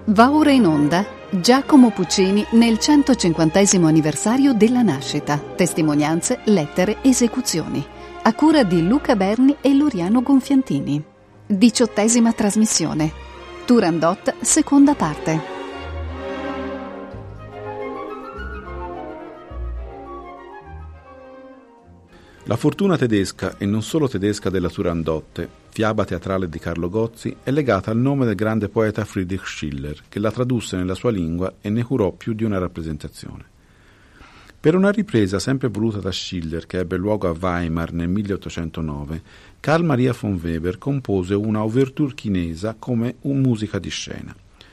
Va ora in onda Giacomo Puccini nel 150° anniversario della nascita. Testimonianze, lettere, esecuzioni. A cura di Luca Berni e Loriano Gonfiantini. 18ª trasmissione. Turandot, seconda parte. La fortuna tedesca, e non solo tedesca, della Turandot, fiaba teatrale di Carlo Gozzi, è legata al nome del grande poeta Friedrich Schiller, che la tradusse nella sua lingua e ne curò più di una rappresentazione. Per una ripresa sempre voluta da Schiller, che ebbe luogo a Weimar nel 1809, Carl Maria von Weber compose una ouverture chinesa come musica di scena.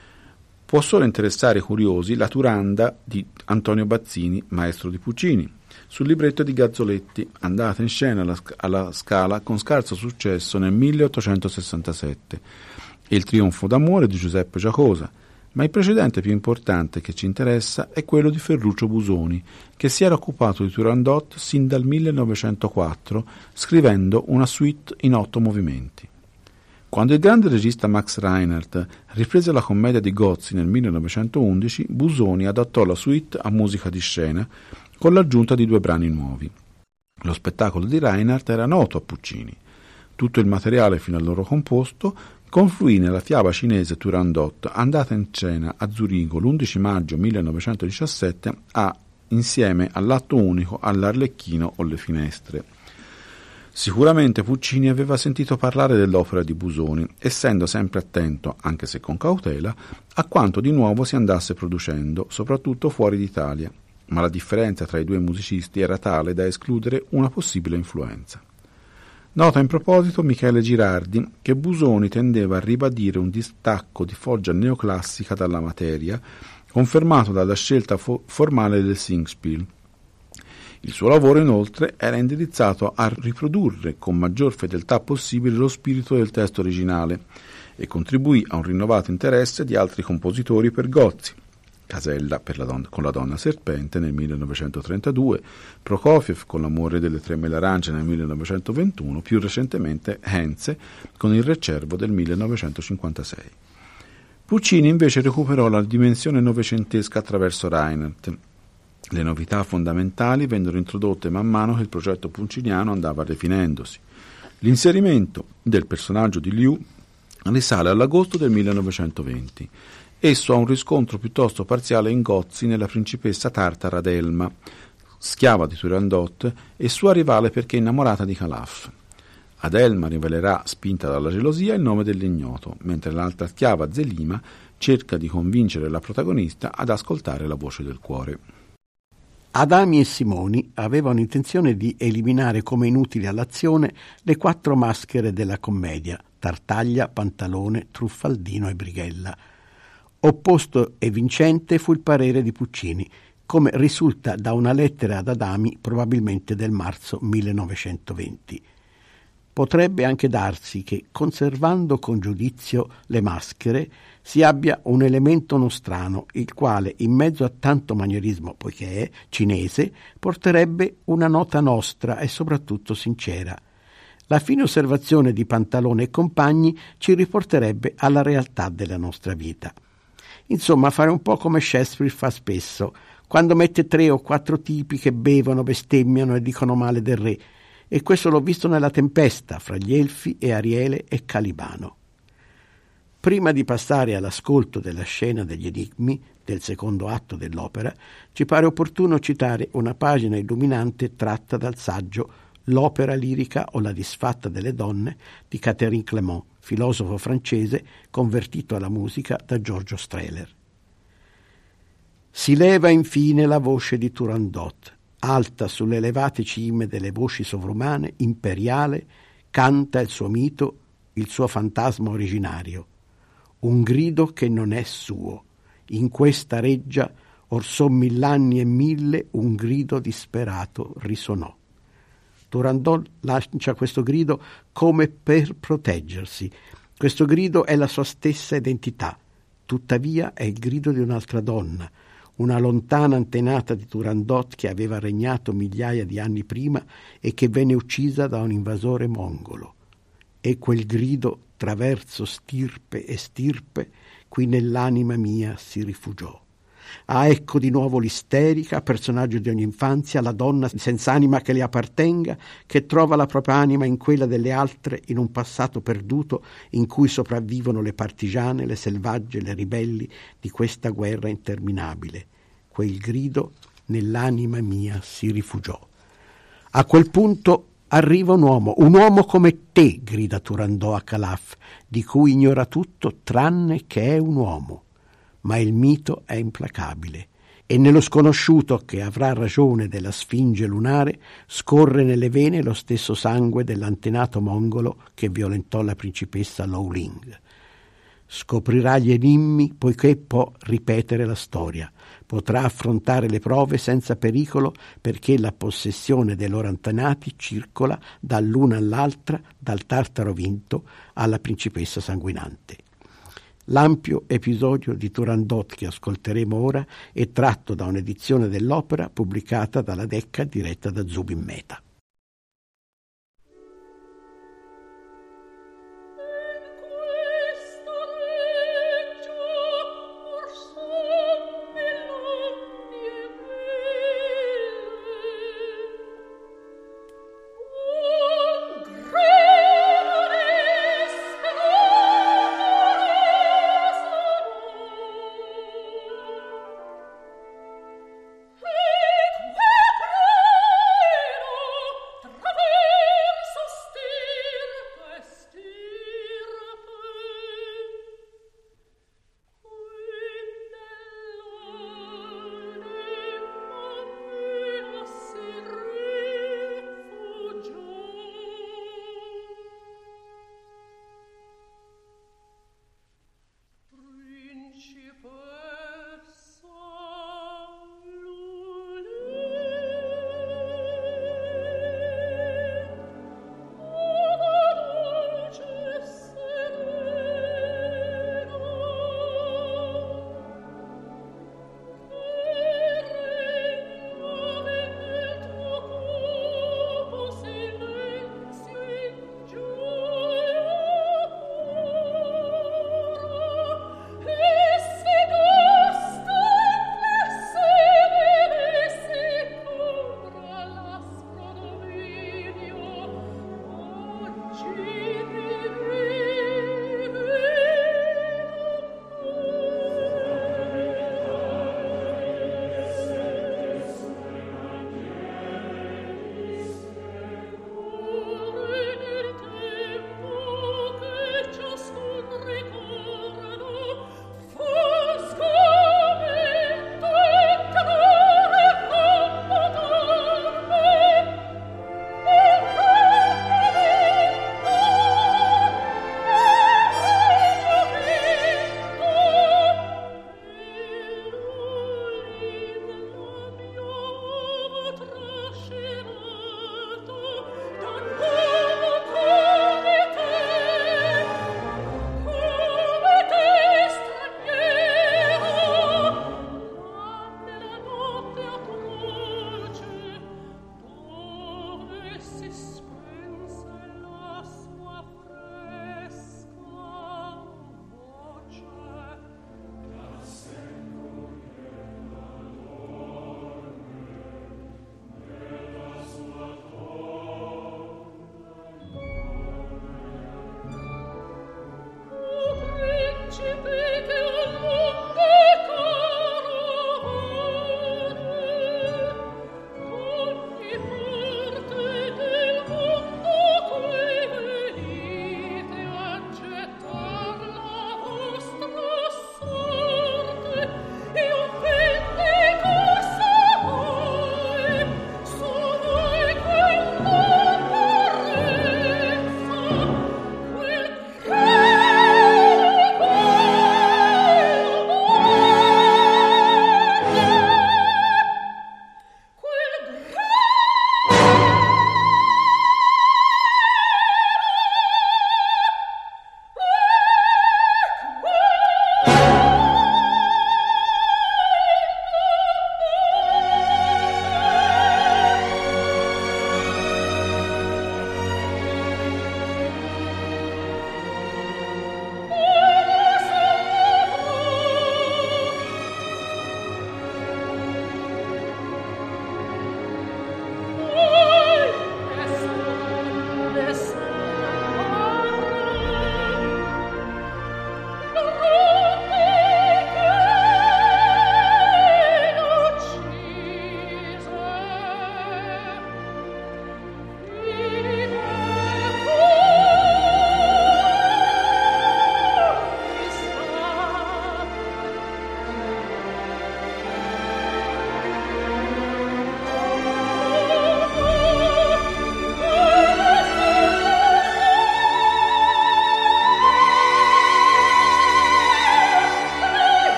Può solo interessare i curiosi la Turanda di Antonio Bazzini, maestro di Puccini, sul libretto di Gazzoletti, andata in scena alla Scala con scarso successo nel 1867, e il Trionfo d'amore di Giuseppe Giacosa, ma il precedente più importante che ci interessa è quello di Ferruccio Busoni, che si era occupato di Turandot sin dal 1904, scrivendo una suite in 8 movimenti. Quando il grande regista Max Reinhardt riprese la commedia di Gozzi nel 1911, Busoni adattò la suite a musica di scena con l'aggiunta di 2 brani nuovi. Lo spettacolo di Reinhardt era noto a Puccini. Tutto il materiale fino allora composto confluì nella fiaba cinese Turandot, andata in scena a Zurigo l'11 maggio 1917 insieme all'atto unico all'Arlecchino o le finestre. Sicuramente Puccini aveva sentito parlare dell'opera di Busoni, essendo sempre attento, anche se con cautela, a quanto di nuovo si andasse producendo, soprattutto fuori d'Italia, ma la differenza tra i 2 musicisti era tale da escludere una possibile influenza. Nota in proposito Michele Girardi che Busoni tendeva a ribadire un distacco di foggia neoclassica dalla materia, confermato dalla scelta formale del Singspiel. Il suo lavoro, inoltre, era indirizzato a riprodurre con maggior fedeltà possibile lo spirito del testo originale e contribuì a un rinnovato interesse di altri compositori per Gozzi. Casella con la donna serpente nel 1932, Prokofiev con l'amore delle 3 mele arance nel 1921, più recentemente Henze con il Re Cervo del 1956. Puccini invece recuperò la dimensione novecentesca attraverso Reinhardt. Le novità fondamentali vennero introdotte man mano che il progetto pucciniano andava definendosi. L'inserimento del personaggio di Liu risale all'agosto del 1920. Esso ha un riscontro piuttosto parziale in Gozzi nella principessa tartara Adelma, schiava di Turandot e sua rivale perché innamorata di Calaf. Adelma rivelerà, spinta dalla gelosia, il nome dell'ignoto, mentre l'altra schiava Zelima cerca di convincere la protagonista ad ascoltare la voce del cuore. Adami e Simoni avevano intenzione di eliminare come inutili all'azione le 4 maschere della commedia: Tartaglia, Pantalone, Truffaldino e Brighella. Opposto e vincente fu il parere di Puccini, come risulta da una lettera ad Adami probabilmente del marzo 1920. Potrebbe anche darsi che, conservando con giudizio le maschere, si abbia un elemento nostrano, il quale, in mezzo a tanto manierismo, poiché è cinese, porterebbe una nota nostra e soprattutto sincera. La fine osservazione di Pantalone e compagni ci riporterebbe alla realtà della nostra vita. Insomma, fare un po' come Shakespeare fa spesso, quando mette 3 o 4 tipi che bevono, bestemmiano e dicono male del re, e questo l'ho visto nella Tempesta, fra gli Elfi e Ariele e Calibano. Prima di passare all'ascolto della scena degli enigmi, del secondo atto dell'opera, ci pare opportuno citare una pagina illuminante tratta dal saggio L'opera lirica o la disfatta delle donne di Catherine Clément, filosofo francese convertito alla musica da Giorgio Strehler. Si leva infine la voce di Turandot, alta sulle elevate cime delle voci sovrumane, imperiale, canta il suo mito, il suo fantasma originario. Un grido che non è suo. In questa reggia, or son 1000 anni e 1000, un grido disperato risonò. Turandot lancia questo grido come per proteggersi. Questo grido è la sua stessa identità. Tuttavia è il grido di un'altra donna, una lontana antenata di Turandot che aveva regnato migliaia di anni prima e che venne uccisa da un invasore mongolo. E quel grido, traverso stirpe e stirpe, qui nell'anima mia si rifugiò. Ah, ecco di nuovo l'isterica, personaggio di ogni infanzia, la donna senza anima che le appartenga, che trova la propria anima in quella delle altre, in un passato perduto in cui sopravvivono le partigiane, le selvagge, le ribelli di questa guerra interminabile. Quel grido nell'anima mia si rifugiò. A quel punto arriva un uomo come te, grida Turandot a Calaf, di cui ignora tutto tranne che è un uomo. Ma il mito è implacabile e nello sconosciuto che avrà ragione della Sfinge lunare scorre nelle vene lo stesso sangue dell'antenato mongolo che violentò la principessa Lo Ling. Scoprirà gli enigmi poiché può ripetere la storia, potrà affrontare le prove senza pericolo perché la possessione dei loro antenati circola dall'una all'altra, dal Tartaro vinto alla principessa sanguinante. L'ampio episodio di Turandot che ascolteremo ora è tratto da un'edizione dell'opera pubblicata dalla Decca diretta da Zubin Mehta.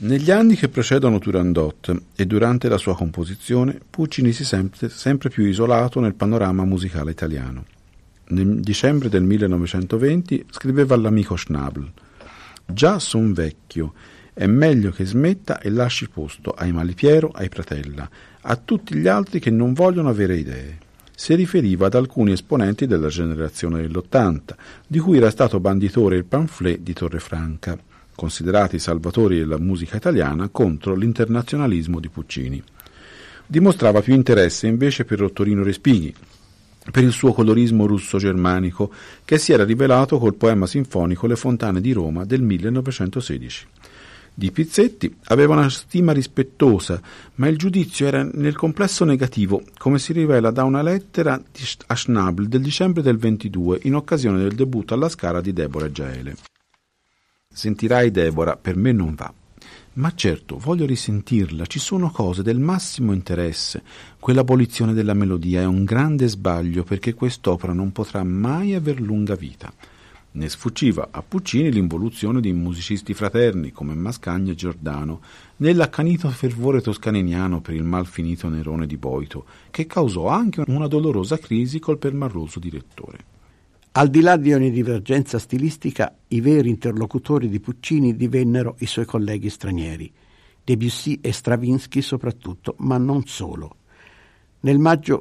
Negli anni che precedono Turandot e durante la sua composizione, Puccini si sente sempre più isolato nel panorama musicale italiano. Nel dicembre del 1920 scriveva all'amico Schnabel: «Già son vecchio, è meglio che smetta e lasci posto ai Malipiero, ai Pratella, a tutti gli altri che non vogliono avere idee». Si riferiva ad alcuni esponenti della generazione dell'80, di cui era stato banditore il pamphlet di Torrefranca, considerati i salvatori della musica italiana contro l'internazionalismo di Puccini. Dimostrava più interesse invece per Ottorino Respighi, per il suo colorismo russo-germanico, che si era rivelato col poema sinfonico Le fontane di Roma del 1916. Di Pizzetti aveva una stima rispettosa, ma il giudizio era nel complesso negativo, come si rivela da una lettera a Schnabel del dicembre del 22, in occasione del debutto alla Scala di Deborah e Jaele. «Sentirai, Deborah, per me non va. Ma certo, voglio risentirla, ci sono cose del massimo interesse. Quell'abolizione della melodia è un grande sbaglio perché quest'opera non potrà mai aver lunga vita». Ne sfuggiva a Puccini l'involuzione di musicisti fraterni come Mascagni e Giordano, nell'accanito fervore toscaniniano per il mal finito Nerone di Boito, che causò anche una dolorosa crisi col permarroso direttore. Al di là di ogni divergenza stilistica, i veri interlocutori di Puccini divennero i suoi colleghi stranieri, Debussy e Stravinsky soprattutto, ma non solo. Nel maggio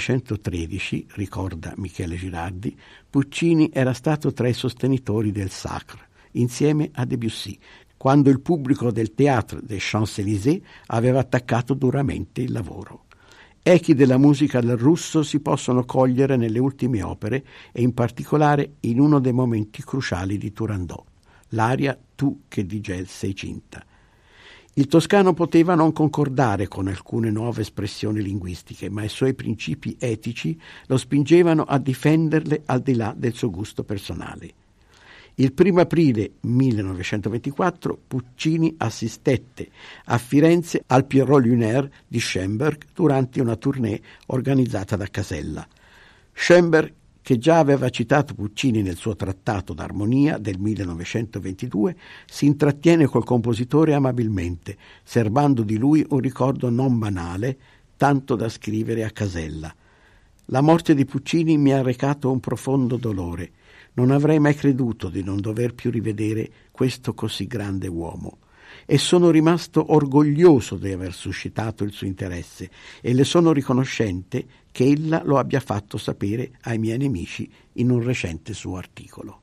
1913, ricorda Michele Girardi, Puccini era stato tra i sostenitori del Sacre, insieme a Debussy, quando il pubblico del Théâtre des Champs-Élysées aveva attaccato duramente il lavoro. Echi della musica del russo si possono cogliere nelle ultime opere e in particolare in uno dei momenti cruciali di Turandot, l'aria Tu che di gel sei cinta. Il toscano poteva non concordare con alcune nuove espressioni linguistiche, ma i suoi principi etici lo spingevano a difenderle al di là del suo gusto personale. Il 1 aprile 1924 Puccini assistette a Firenze al Pierrot Lunaire di Schoenberg durante una tournée organizzata da Casella. Schoenberg, che già aveva citato Puccini nel suo trattato d'armonia del 1922, si intrattiene col compositore amabilmente, serbando di lui un ricordo non banale, tanto da scrivere a Casella: «La morte di Puccini mi ha recato un profondo dolore. Non avrei mai creduto di non dover più rivedere questo così grande uomo. E sono rimasto orgoglioso di aver suscitato il suo interesse e le sono riconoscente che ella lo abbia fatto sapere ai miei nemici in un recente suo articolo».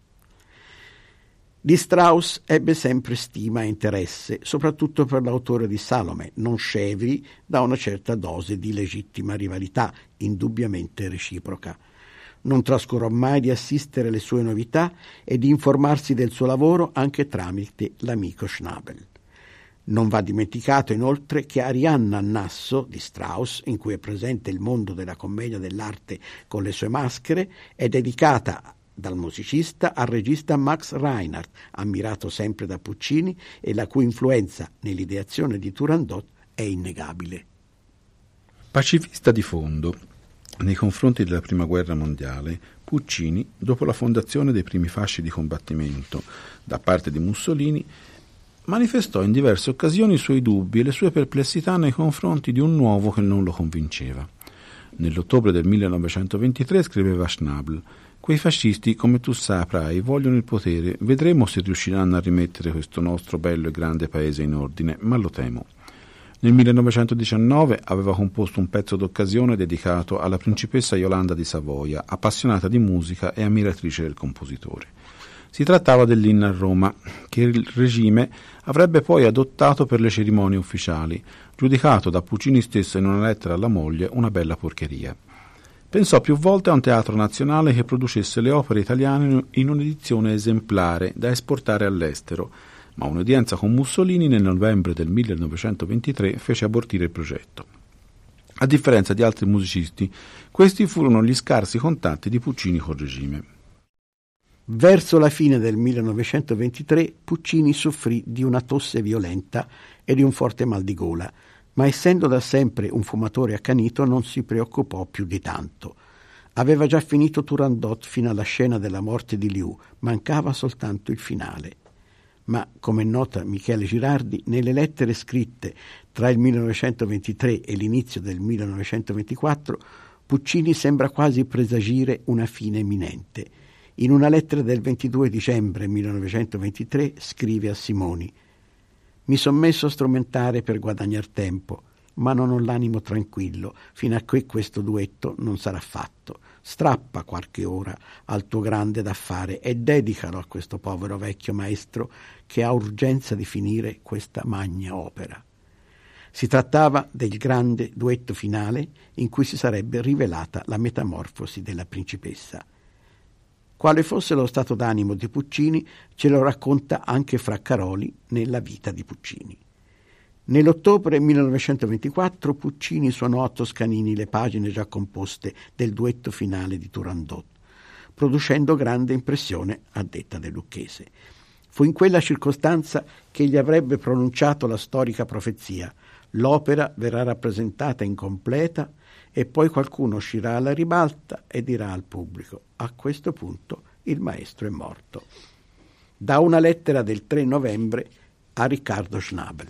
Di Strauss ebbe sempre stima e interesse, soprattutto per l'autore di Salome, non scevri da una certa dose di legittima rivalità, indubbiamente reciproca. Non trascurò mai di assistere alle sue novità e di informarsi del suo lavoro anche tramite l'amico Schnabel. Non va dimenticato inoltre che Arianna Nasso di Strauss, in cui è presente il mondo della commedia dell'arte con le sue maschere, è dedicata dal musicista al regista Max Reinhardt, ammirato sempre da Puccini e la cui influenza nell'ideazione di Turandot è innegabile. Pacifista di fondo, nei confronti della Prima Guerra Mondiale, Puccini, dopo la fondazione dei primi fasci di combattimento da parte di Mussolini, manifestò in diverse occasioni i suoi dubbi e le sue perplessità nei confronti di un nuovo che non lo convinceva. Nell'ottobre del 1923 scriveva a Schnabel: «Quei fascisti, come tu saprai, vogliono il potere. Vedremo se riusciranno a rimettere questo nostro bello e grande paese in ordine, ma lo temo». Nel 1919 aveva composto un pezzo d'occasione dedicato alla principessa Yolanda di Savoia, appassionata di musica e ammiratrice del compositore. Si trattava dell'inno a Roma, che il regime avrebbe poi adottato per le cerimonie ufficiali, giudicato da Puccini stesso in una lettera alla moglie una bella porcheria. Pensò più volte a un teatro nazionale che producesse le opere italiane in un'edizione esemplare da esportare all'estero, ma un'udienza con Mussolini nel novembre del 1923 fece abortire il progetto. A differenza di altri musicisti, questi furono gli scarsi contatti di Puccini col regime. Verso la fine del 1923 Puccini soffrì di una tosse violenta e di un forte mal di gola, ma essendo da sempre un fumatore accanito non si preoccupò più di tanto. Aveva già finito Turandot fino alla scena della morte di Liu, mancava soltanto il finale. ma, come nota Michele Girardi, nelle lettere scritte tra il 1923 e l'inizio del 1924, Puccini sembra quasi presagire una fine imminente. In una lettera del 22 dicembre 1923 scrive a Simoni: «Mi son messo a strumentare per guadagnar tempo, ma non ho l'animo tranquillo fino a che questo duetto non sarà fatto. Strappa qualche ora al tuo grande da fare e dedicalo a questo povero vecchio maestro che ha urgenza di finire questa magna opera». Si trattava del grande duetto finale in cui si sarebbe rivelata la metamorfosi della principessa. Quale fosse lo stato d'animo di Puccini ce lo racconta anche Fraccaroli nella vita di Puccini. Nell'ottobre 1924 Puccini suonò a Toscanini le pagine già composte del duetto finale di Turandot, producendo grande impressione a detta del Lucchese. Fu in quella circostanza che egli avrebbe pronunciato la storica profezia: «L'opera verrà rappresentata incompleta e poi qualcuno uscirà alla ribalta e dirà al pubblico: a questo punto il maestro è morto». Da una lettera del 3 novembre a Riccardo Schnabel: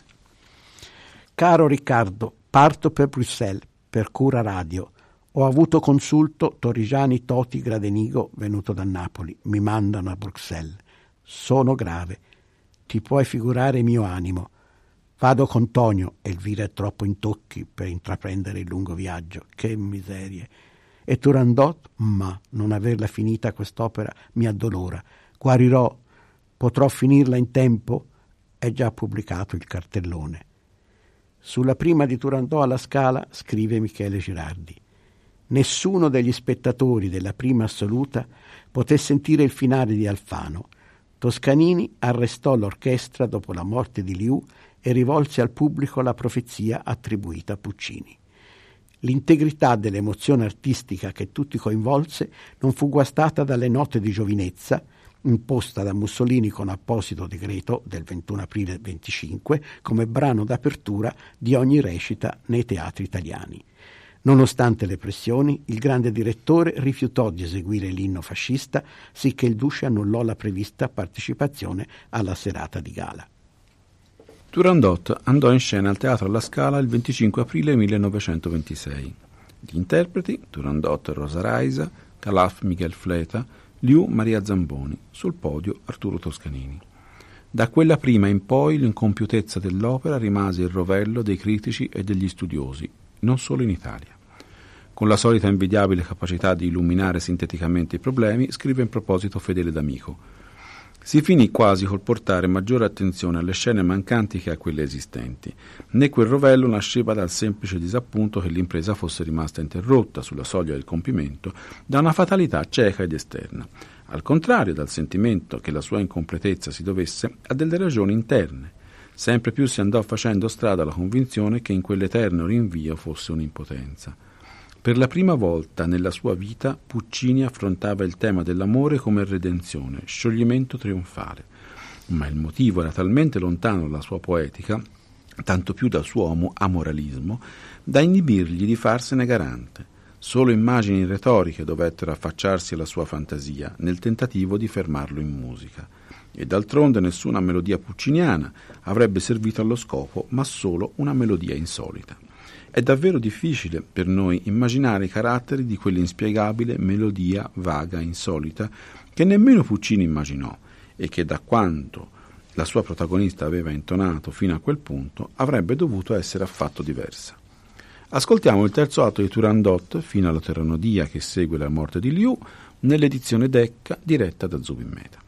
«Caro Riccardo, parto per Bruxelles, per Cura Radio. Ho avuto consulto Torrigiani Toti Gradenigo, venuto da Napoli. Mi mandano a Bruxelles. Sono grave. Ti puoi figurare il mio animo. Vado con Tonio, Elvira è troppo in tocchi per intraprendere il lungo viaggio. Che miserie. E Turandot? Ma non averla finita quest'opera mi addolora. Guarirò. Potrò finirla in tempo? È già pubblicato il cartellone». Sulla prima di Turandot alla Scala scrive Michele Girardi: «Nessuno degli spettatori della prima assoluta poté sentire il finale di Alfano. Toscanini arrestò l'orchestra dopo la morte di Liu e rivolse al pubblico la profezia attribuita a Puccini. L'integrità dell'emozione artistica che tutti coinvolse non fu guastata dalle note di giovinezza imposta da Mussolini con apposito decreto del 21 aprile 25 come brano d'apertura di ogni recita nei teatri italiani. Nonostante le pressioni, il grande direttore rifiutò di eseguire l'inno fascista, sicché il Duce annullò la prevista partecipazione alla serata di gala». Turandot andò in scena al Teatro alla Scala il 25 aprile 1926. Gli interpreti: Turandot Rosa Raisa, Calaf Miguel Fleta, Liu Maria Zamboni, sul podio Arturo Toscanini. Da quella prima in poi l'incompiutezza dell'opera rimase il rovello dei critici e degli studiosi, non solo in Italia. Con la solita invidiabile capacità di illuminare sinteticamente i problemi, scrive in proposito Fedele D'Amico: «Si finì quasi col portare maggiore attenzione alle scene mancanti che a quelle esistenti. Né quel rovello nasceva dal semplice disappunto che l'impresa fosse rimasta interrotta sulla soglia del compimento da una fatalità cieca ed esterna. Al contrario, dal sentimento che la sua incompletezza si dovesse a delle ragioni interne. Sempre più si andò facendo strada la convinzione che in quell'eterno rinvio fosse un'impotenza. Per la prima volta nella sua vita Puccini affrontava il tema dell'amore come redenzione, scioglimento trionfale. Ma il motivo era talmente lontano dalla sua poetica, tanto più dal suo amoralismo, da inibirgli di farsene garante. Solo immagini retoriche dovettero affacciarsi alla sua fantasia nel tentativo di fermarlo in musica. E d'altronde nessuna melodia pucciniana avrebbe servito allo scopo, ma solo una melodia insolita. È davvero difficile per noi immaginare i caratteri di quell'inspiegabile melodia vaga e insolita che nemmeno Puccini immaginò e che, da quanto la sua protagonista aveva intonato fino a quel punto, avrebbe dovuto essere affatto diversa. Ascoltiamo il terzo atto di Turandot, fino alla Terranodia che segue la morte di Liu, nell'edizione Decca diretta da Zubin Mehta.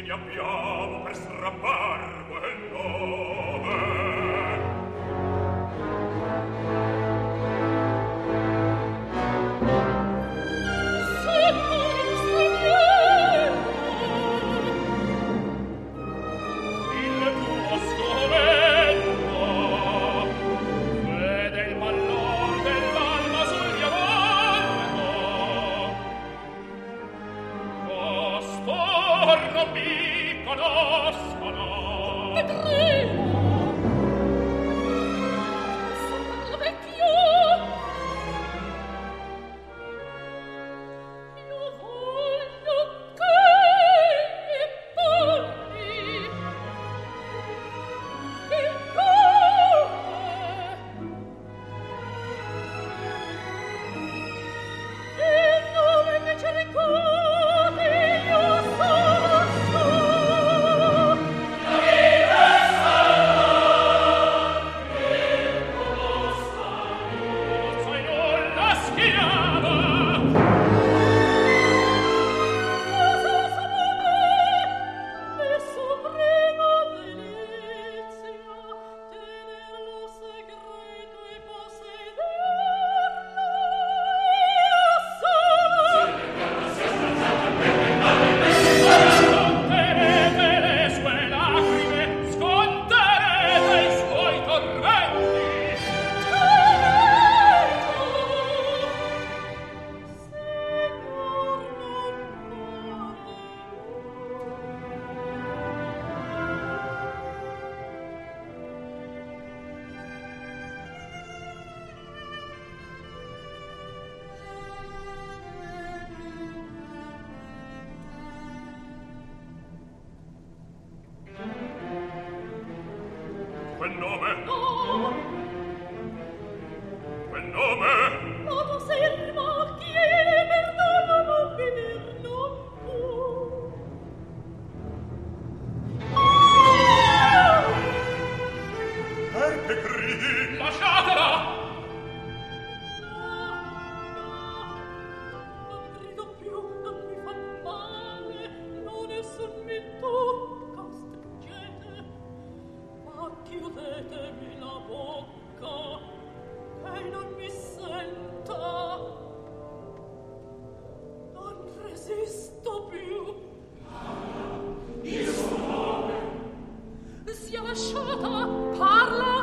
abbiamo per strappar quel nome. Non mi conoscono. Vedremo. Sono vecchio. Io voglio che mi parli il nome invece ricordi io sono. Quel nome? No. Quel nome? Ma tu sei il macchie, perdono non vederlo più. Perché gridi? Lasciatela! Non grido più, non mi fa male, non nessun mi tocca, stringete, ma chiudetemi la bocca, e non mi senta. Non resisto più. Il suo nome sia lasciata, parla.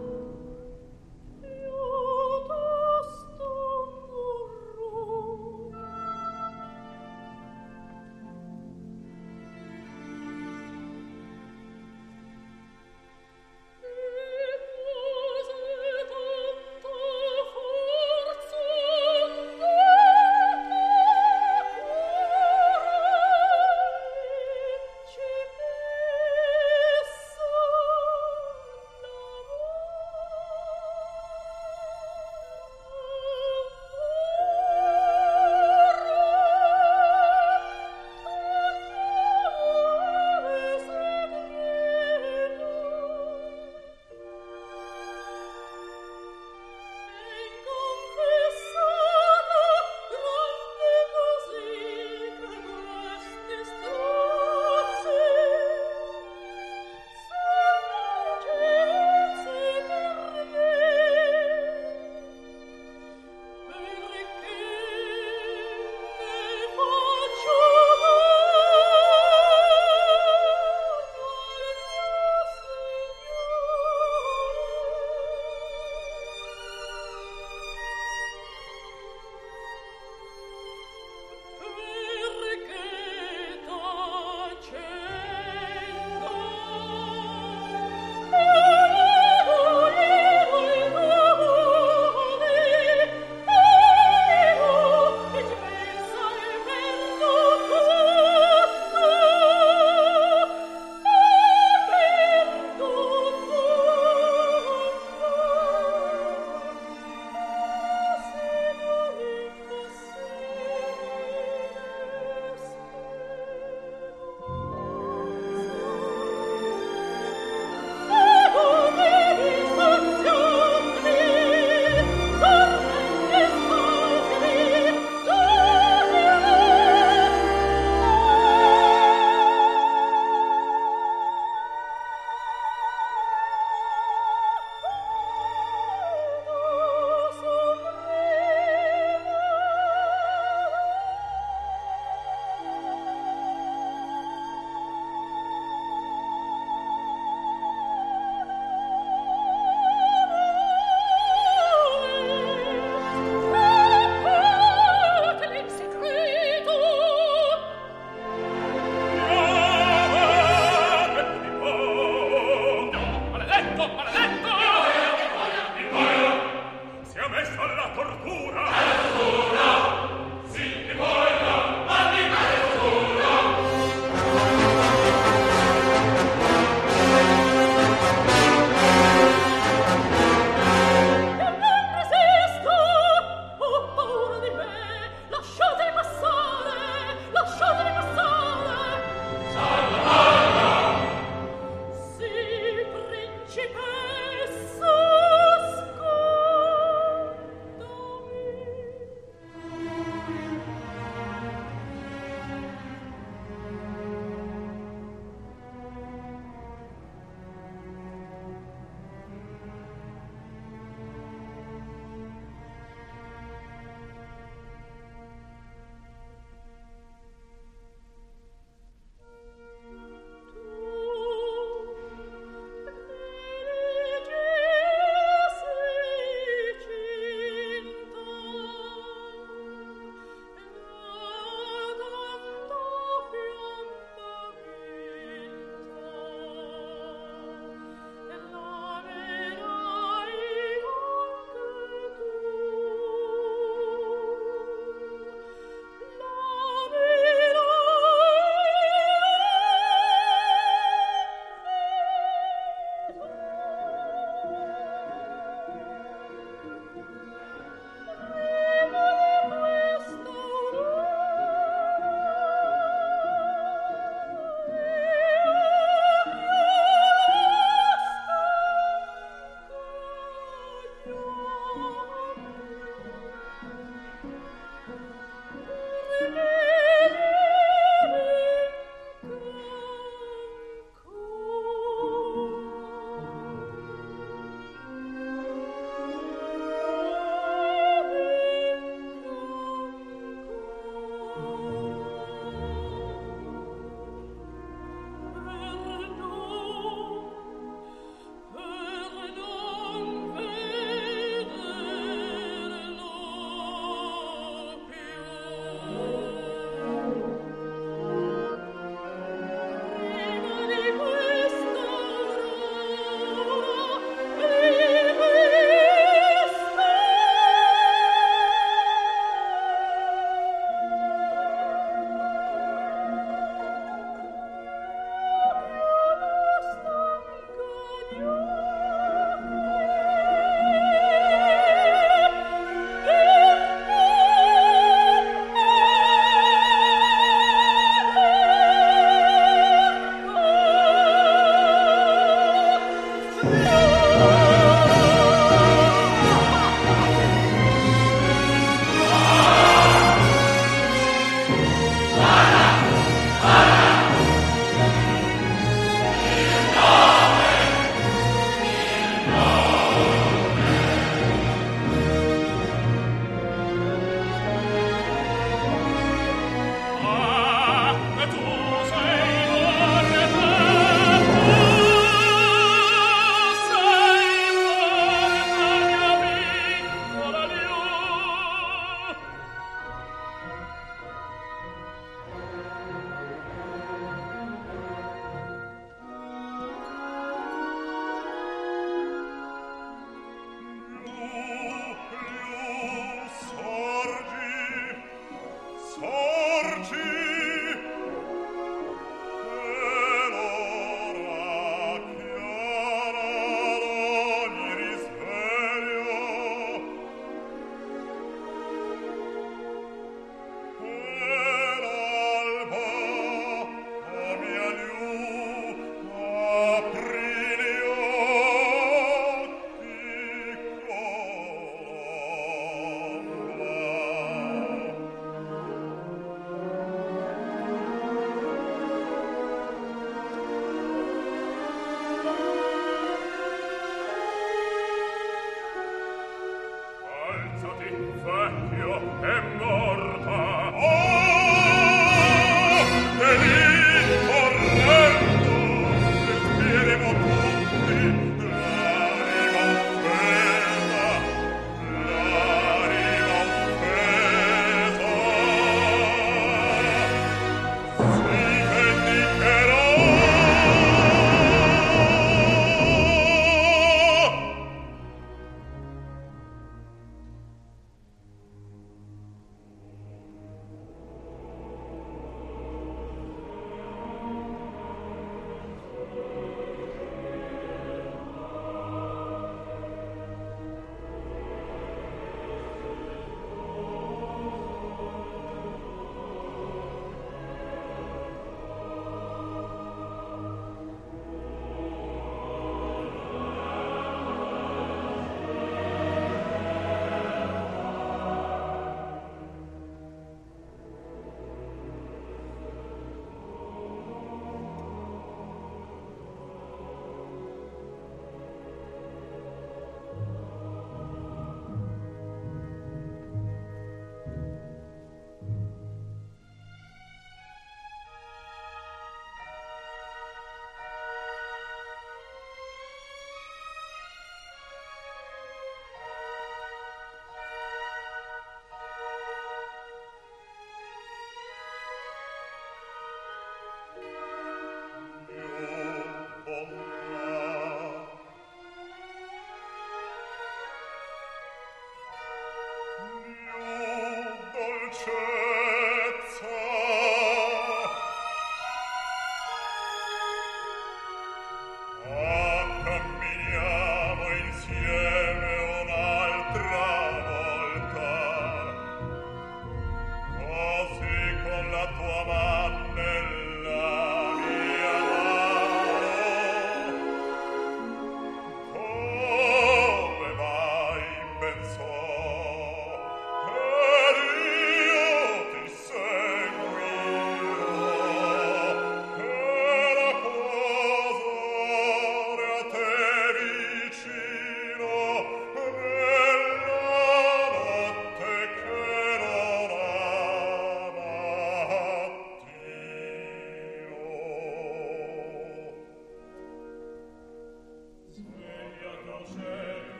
Io tosto morrò. E cose tanta forza nata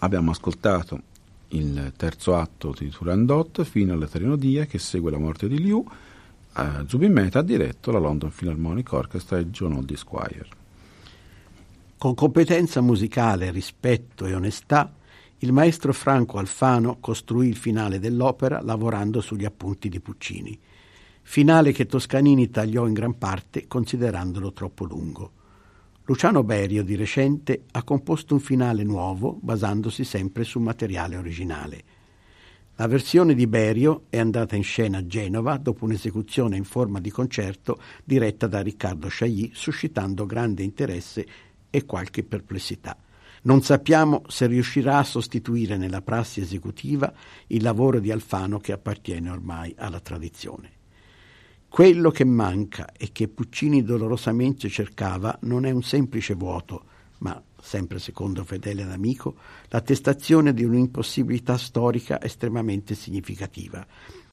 Abbiamo ascoltato il terzo atto di Turandot fino all'Eterinodia, che segue la morte di Liu. Zubin Mehta ha diretto la London Philharmonic Orchestra e John Oldie Squire. Con competenza musicale, rispetto e onestà, il maestro Franco Alfano costruì il finale dell'opera lavorando sugli appunti di Puccini. Finale che Toscanini tagliò in gran parte considerandolo troppo lungo. Luciano Berio, di recente, ha composto un finale nuovo basandosi sempre sul materiale originale. La versione di Berio è andata in scena a Genova dopo un'esecuzione in forma di concerto diretta da Riccardo Chailly, suscitando grande interesse e qualche perplessità. Non sappiamo se riuscirà a sostituire nella prassi esecutiva il lavoro di Alfano, che appartiene ormai alla tradizione. Quello che manca e che Puccini dolorosamente cercava non è un semplice vuoto, ma, sempre secondo Fedele D'Amico, l'attestazione di un'impossibilità storica estremamente significativa.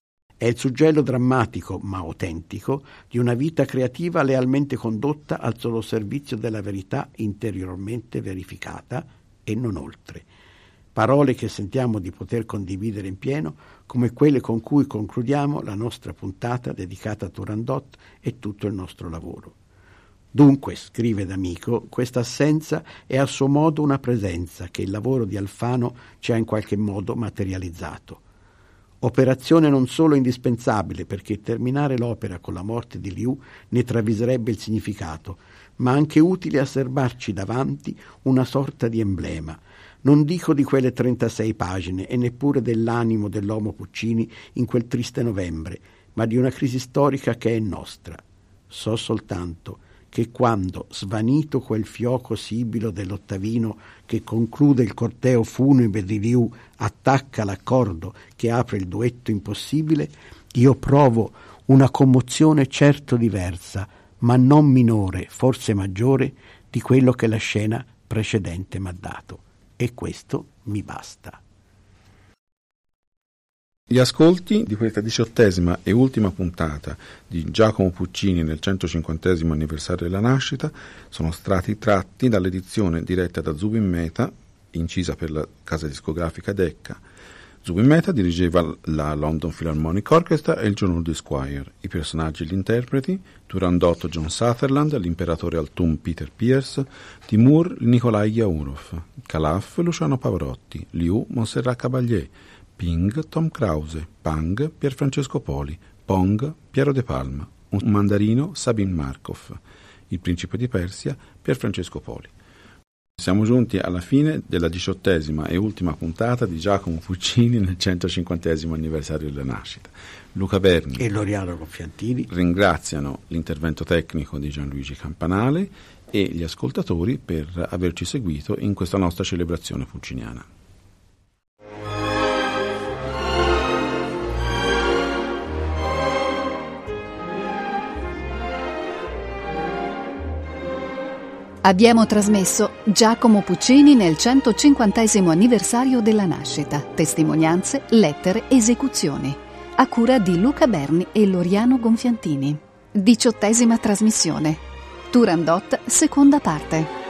È il suggello drammatico, ma autentico, di una vita creativa lealmente condotta al solo servizio della verità interiormente verificata e non oltre. Parole che sentiamo di poter condividere in pieno, come quelle con cui concludiamo la nostra puntata dedicata a Turandot e tutto il nostro lavoro. Dunque, scrive D'Amico, questa assenza è a suo modo una presenza che il lavoro di Alfano ci ha in qualche modo materializzato. Operazione non solo indispensabile perché terminare l'opera con la morte di Liu ne traviserebbe il significato, ma anche utile a serbarci davanti una sorta di emblema, non dico di quelle 36 pagine e neppure dell'animo dell'uomo Puccini in quel triste novembre, ma di una crisi storica che è nostra. So soltanto che quando, svanito quel fioco sibilo dell'ottavino che conclude il corteo funebre di Liu, attacca l'accordo che apre il duetto impossibile, io provo una commozione certo diversa, ma non minore, forse maggiore, di quello che la scena precedente m'ha dato. E questo mi basta. Gli ascolti di questa 18ª e ultima puntata di Giacomo Puccini nel 150° anniversario della nascita sono stati tratti dall'edizione diretta da Zubin Mehta, incisa per la casa discografica Decca. Zubin Mehta dirigeva la London Philharmonic Orchestra e il John Oldie Squire. I personaggi e gli interpreti: Turandot John Sutherland, l'imperatore Altum Peter Pierce, Timur Nikolai Yaurov, Calaf Luciano Pavarotti, Liu Montserrat Caballé, Ping Tom Krause, Pang Pierfrancesco Poli, Pong Piero De Palma, un mandarino Sabin Markov, il principe di Persia Pierfrancesco Poli. Siamo giunti alla fine della 18ª e ultima puntata di Giacomo Puccini nel 150° anniversario della nascita. Luca Berni e Loriano Gonfiantini ringraziano l'intervento tecnico di Gianluigi Campanale e gli ascoltatori per averci seguito in questa nostra celebrazione pucciniana. Abbiamo trasmesso Giacomo Puccini nel 150° anniversario della nascita. Testimonianze, lettere, esecuzioni. A cura di Luca Berni e Loriano Gonfiantini. 18ª trasmissione. Turandot, seconda parte.